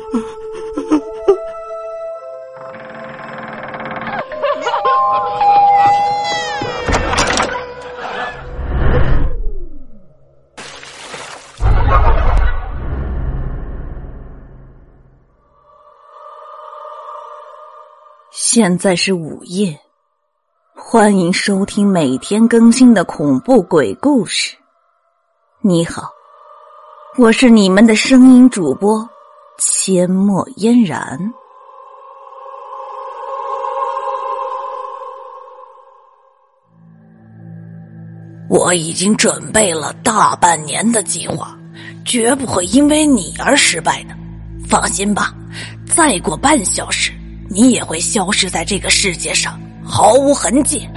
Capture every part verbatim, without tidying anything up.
现在是午夜，欢迎收听每天更新的恐怖鬼故事。你好，我是你们的声音主播阡陌嫣然。我已经准备了大半年的计划，绝不会因为你而失败的。放心吧，再过半小时你也会消失在这个世界上，毫无痕迹。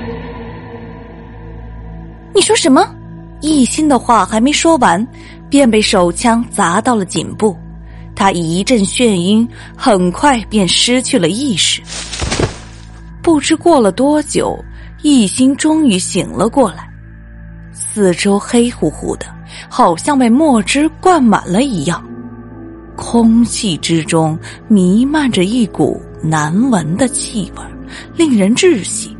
你说什么？一心的话还没说完，便被手枪砸到了颈部，他一阵眩晕，很快便失去了意识。不知过了多久，一心终于醒了过来，四周黑乎乎的，好像被墨汁灌满了一样。空气之中弥漫着一股难闻的气味，令人窒息。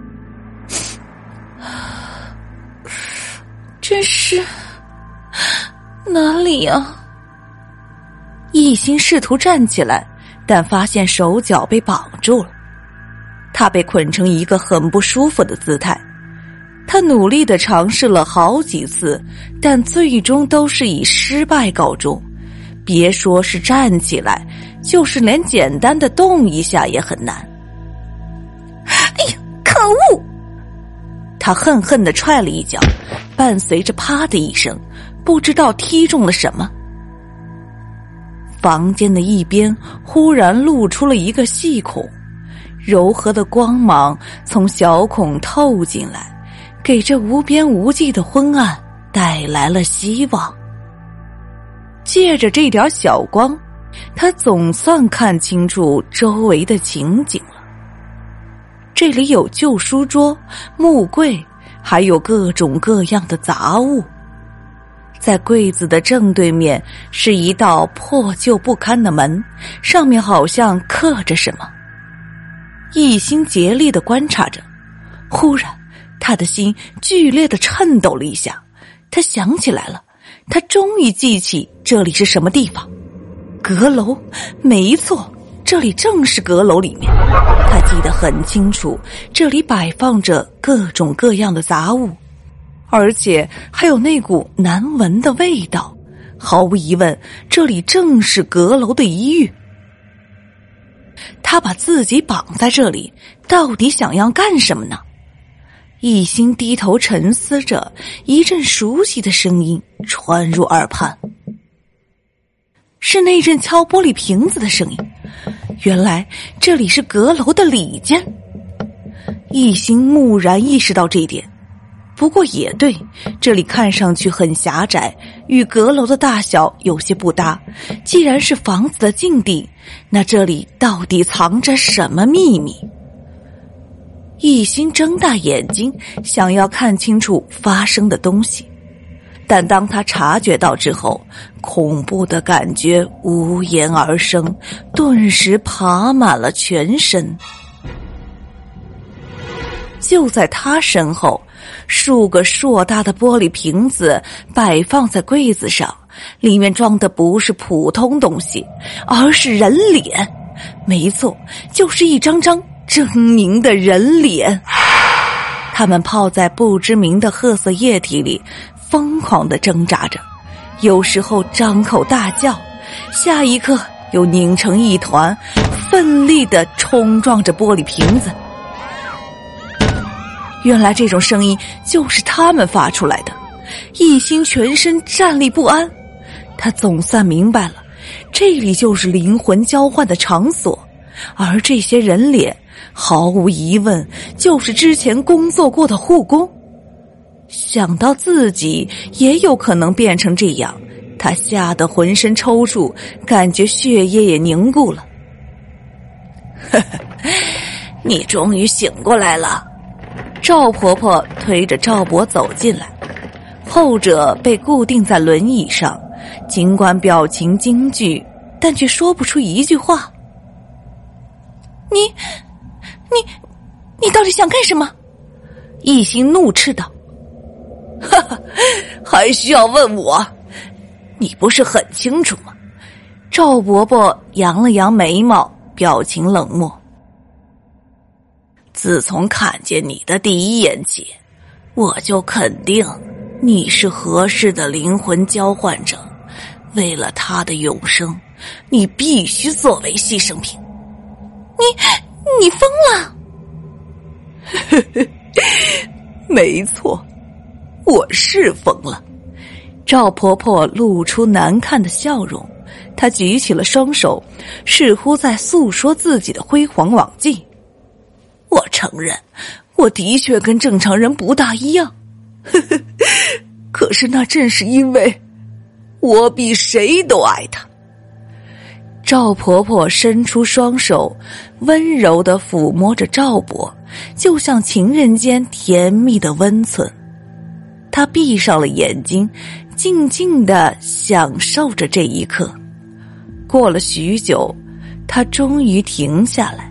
这是哪里啊？一心试图站起来，但发现手脚被绑住了。他被捆成一个很不舒服的姿态。他努力地尝试了好几次，但最终都是以失败告终。别说是站起来，就是连简单的动一下也很难。哎呀，可恶！他恨恨地踹了一脚，伴随着啪的一声，不知道踢中了什么。房间的一边忽然露出了一个细孔，柔和的光芒从小孔透进来，给这无边无际的昏暗带来了希望。借着这点小光，他总算看清楚周围的情景了。这里有旧书桌、木柜，还有各种各样的杂物。在柜子的正对面是一道破旧不堪的门，上面好像刻着什么。一心竭力地观察着，忽然他的心剧烈地颤抖了一下。他想起来了，他终于记起这里是什么地方。阁楼，没错，这里正是阁楼里面。他记得很清楚，这里摆放着各种各样的杂物，而且还有那股难闻的味道。毫无疑问，这里正是阁楼的一隅。他把自己绑在这里，到底想要干什么呢？一心低头沉思着，一阵熟悉的声音传入耳畔，是那阵敲玻璃瓶子的声音。原来这里是阁楼的里间。一心蓦然意识到这一点，不过也对，这里看上去很狭窄，与阁楼的大小有些不搭。既然是房子的禁地，那这里到底藏着什么秘密？一心睁大眼睛，想要看清楚发生的东西，但当他察觉到之后，恐怖的感觉无言而生，顿时爬满了全身。就在他身后，数个硕大的玻璃瓶子摆放在柜子上，里面装的不是普通东西，而是人脸。没错，就是一张张狰狞的人脸。他们泡在不知名的褐色液体里，疯狂地挣扎着，有时候张口大叫，下一刻又拧成一团，奋力地冲撞着玻璃瓶子。原来这种声音就是他们发出来的。一心全身战栗不安，他总算明白了，这里就是灵魂交换的场所，而这些人脸毫无疑问就是之前工作过的护工。想到自己也有可能变成这样，他吓得浑身抽搐，感觉血液也凝固了。呵呵，你终于醒过来了。赵婆婆推着赵伯走进来，后者被固定在轮椅上，尽管表情惊惧， 但却说不出一句话。你你你到底想干什么？一心怒斥道。 哈哈，还需要问我？你不是很清楚吗？ 赵伯伯扬了扬眉毛，表情冷漠。 自从看见你的第一眼起，我就肯定你是何氏的灵魂交换者，为了他的永生，你必须作为牺牲品。 你你疯了？ 没错，我是疯了。 赵婆婆露出难看的笑容，她举起了双手，似乎在诉说自己的辉煌往迹。 我承认，我的确跟正常人不大一样，可是那正是因为我比谁都爱他。 赵婆婆伸出双手，温柔地抚摸着赵伯，就像情人间甜蜜的温存。她闭上了眼睛，静静地享受着这一刻。过了许久，她终于停下来。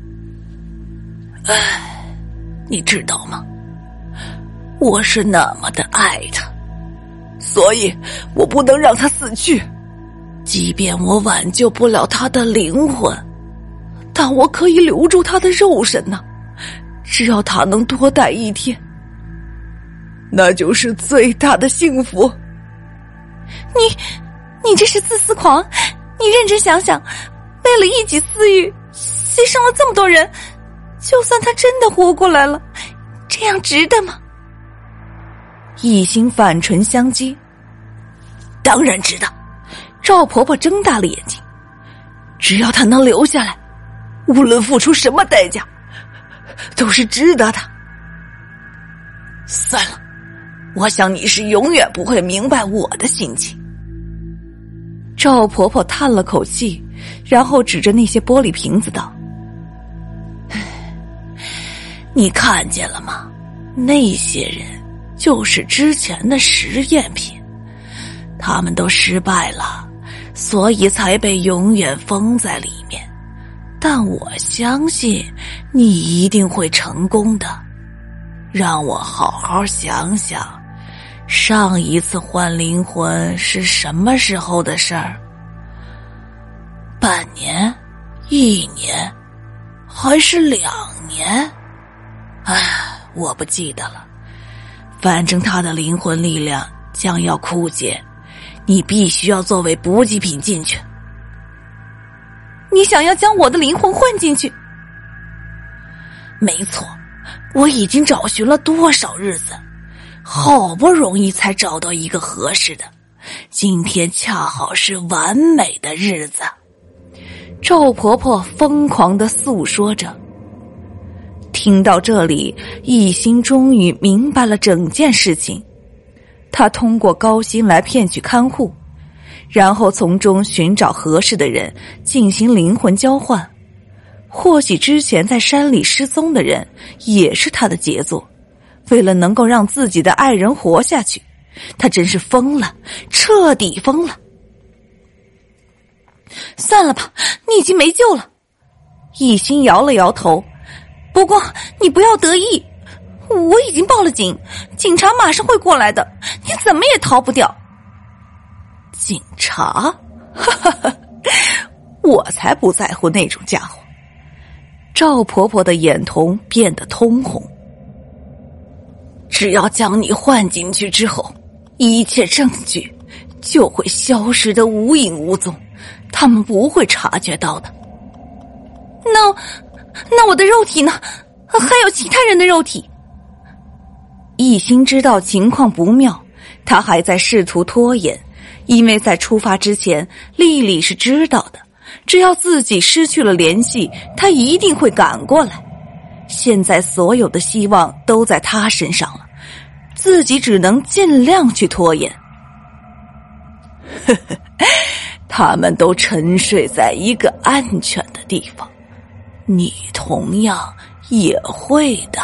唉，你知道吗？我是那么的爱他，所以我不能让他死去。即便我挽救不了他的灵魂，但我可以留住他的肉身呢。只要他能多待一天，那就是最大的幸福。 你你这是自私狂，你认真想想，为了一己私欲牺牲了这么多人，就算他真的活过来了，这样值得吗？一心反唇相讥。 当然值得。 赵婆婆睁大了眼睛， 只要他能留下来，无论付出什么代价，都是值得的。算了，我想你是永远不会明白我的心情。 赵婆婆叹了口气，然后指着那些玻璃瓶子道： 你看见了吗？那些人就是之前的实验品，他们都失败了，所以才被永远封在里面。但我相信你一定会成功的。让我好好想想，上一次换灵魂是什么时候的事儿？半年？一年？还是两年？唉，我不记得了。反正他的灵魂力量将要枯竭，你必须要作为补给品进去。 你想要将我的灵魂混进去？ 没错，我已经找寻了多少日子，好不容易才找到一个合适的，今天恰好是完美的日子。 赵婆婆疯狂地诉说着。听到这里，一心终于明白了整件事情。他通过高薪来骗取看护，然后从中寻找合适的人进行灵魂交换。或许之前在山里失踪的人也是他的杰作，为了能够让自己的爱人活下去，他真是疯了，彻底疯了。算了吧，你已经没救了。一心摇了摇头。不过你不要得意，我已经报了警，警察马上会过来的，你怎么也逃不掉。 警察？哈哈哈，我才不在乎那种家伙。 赵婆婆的眼瞳变得通红。 只要将你换进去之后，一切证据就会消失得无影无踪，他们不会察觉到的。 那那我的肉体呢？还有其他人的肉体？一心知道情况不妙，他还在试图拖延，因为在出发之前，丽丽是知道的，只要自己失去了联系，他一定会赶过来。现在所有的希望都在他身上了，自己只能尽量去拖延。 呵呵，他们都沉睡在一个安全的地方，你同样也会的。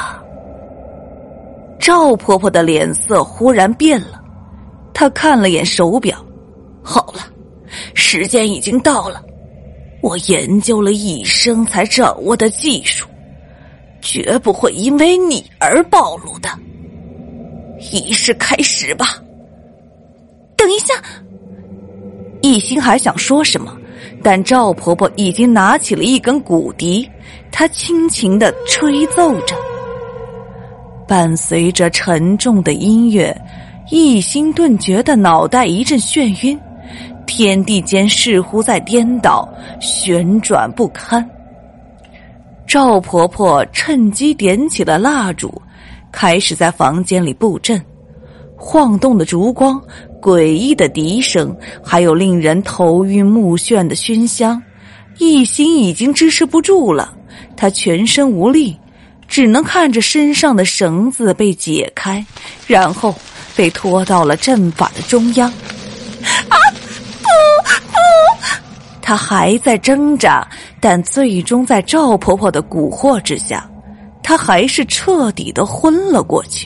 赵婆婆的脸色忽然变了，她看了眼手表， 好了， 时间已经到了。我研究了一生才掌握的技术，绝不会因为你而暴露的。仪式开始吧。 等一下，一心还想说什么，但赵婆婆已经拿起了一根骨笛，她轻轻地吹奏着。伴随着沉重的音乐，一心顿觉得脑袋一阵眩晕，天地间似乎在颠倒，旋转不堪。赵婆婆趁机点起了蜡烛，开始在房间里布阵。晃动的烛光，诡异的笛声，还有令人头晕目眩的熏香，一心已经支持不住了，她全身无力，只能看着身上的绳子被解开，然后被拖到了阵法的中央。啊，不不！她还在挣扎，但最终在赵婆婆的蛊惑之下，她还是彻底的昏了过去。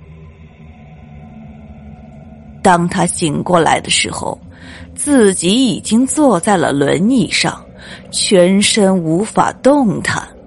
当他醒过来的时候，自己已经坐在了轮椅上，全身无法动弹。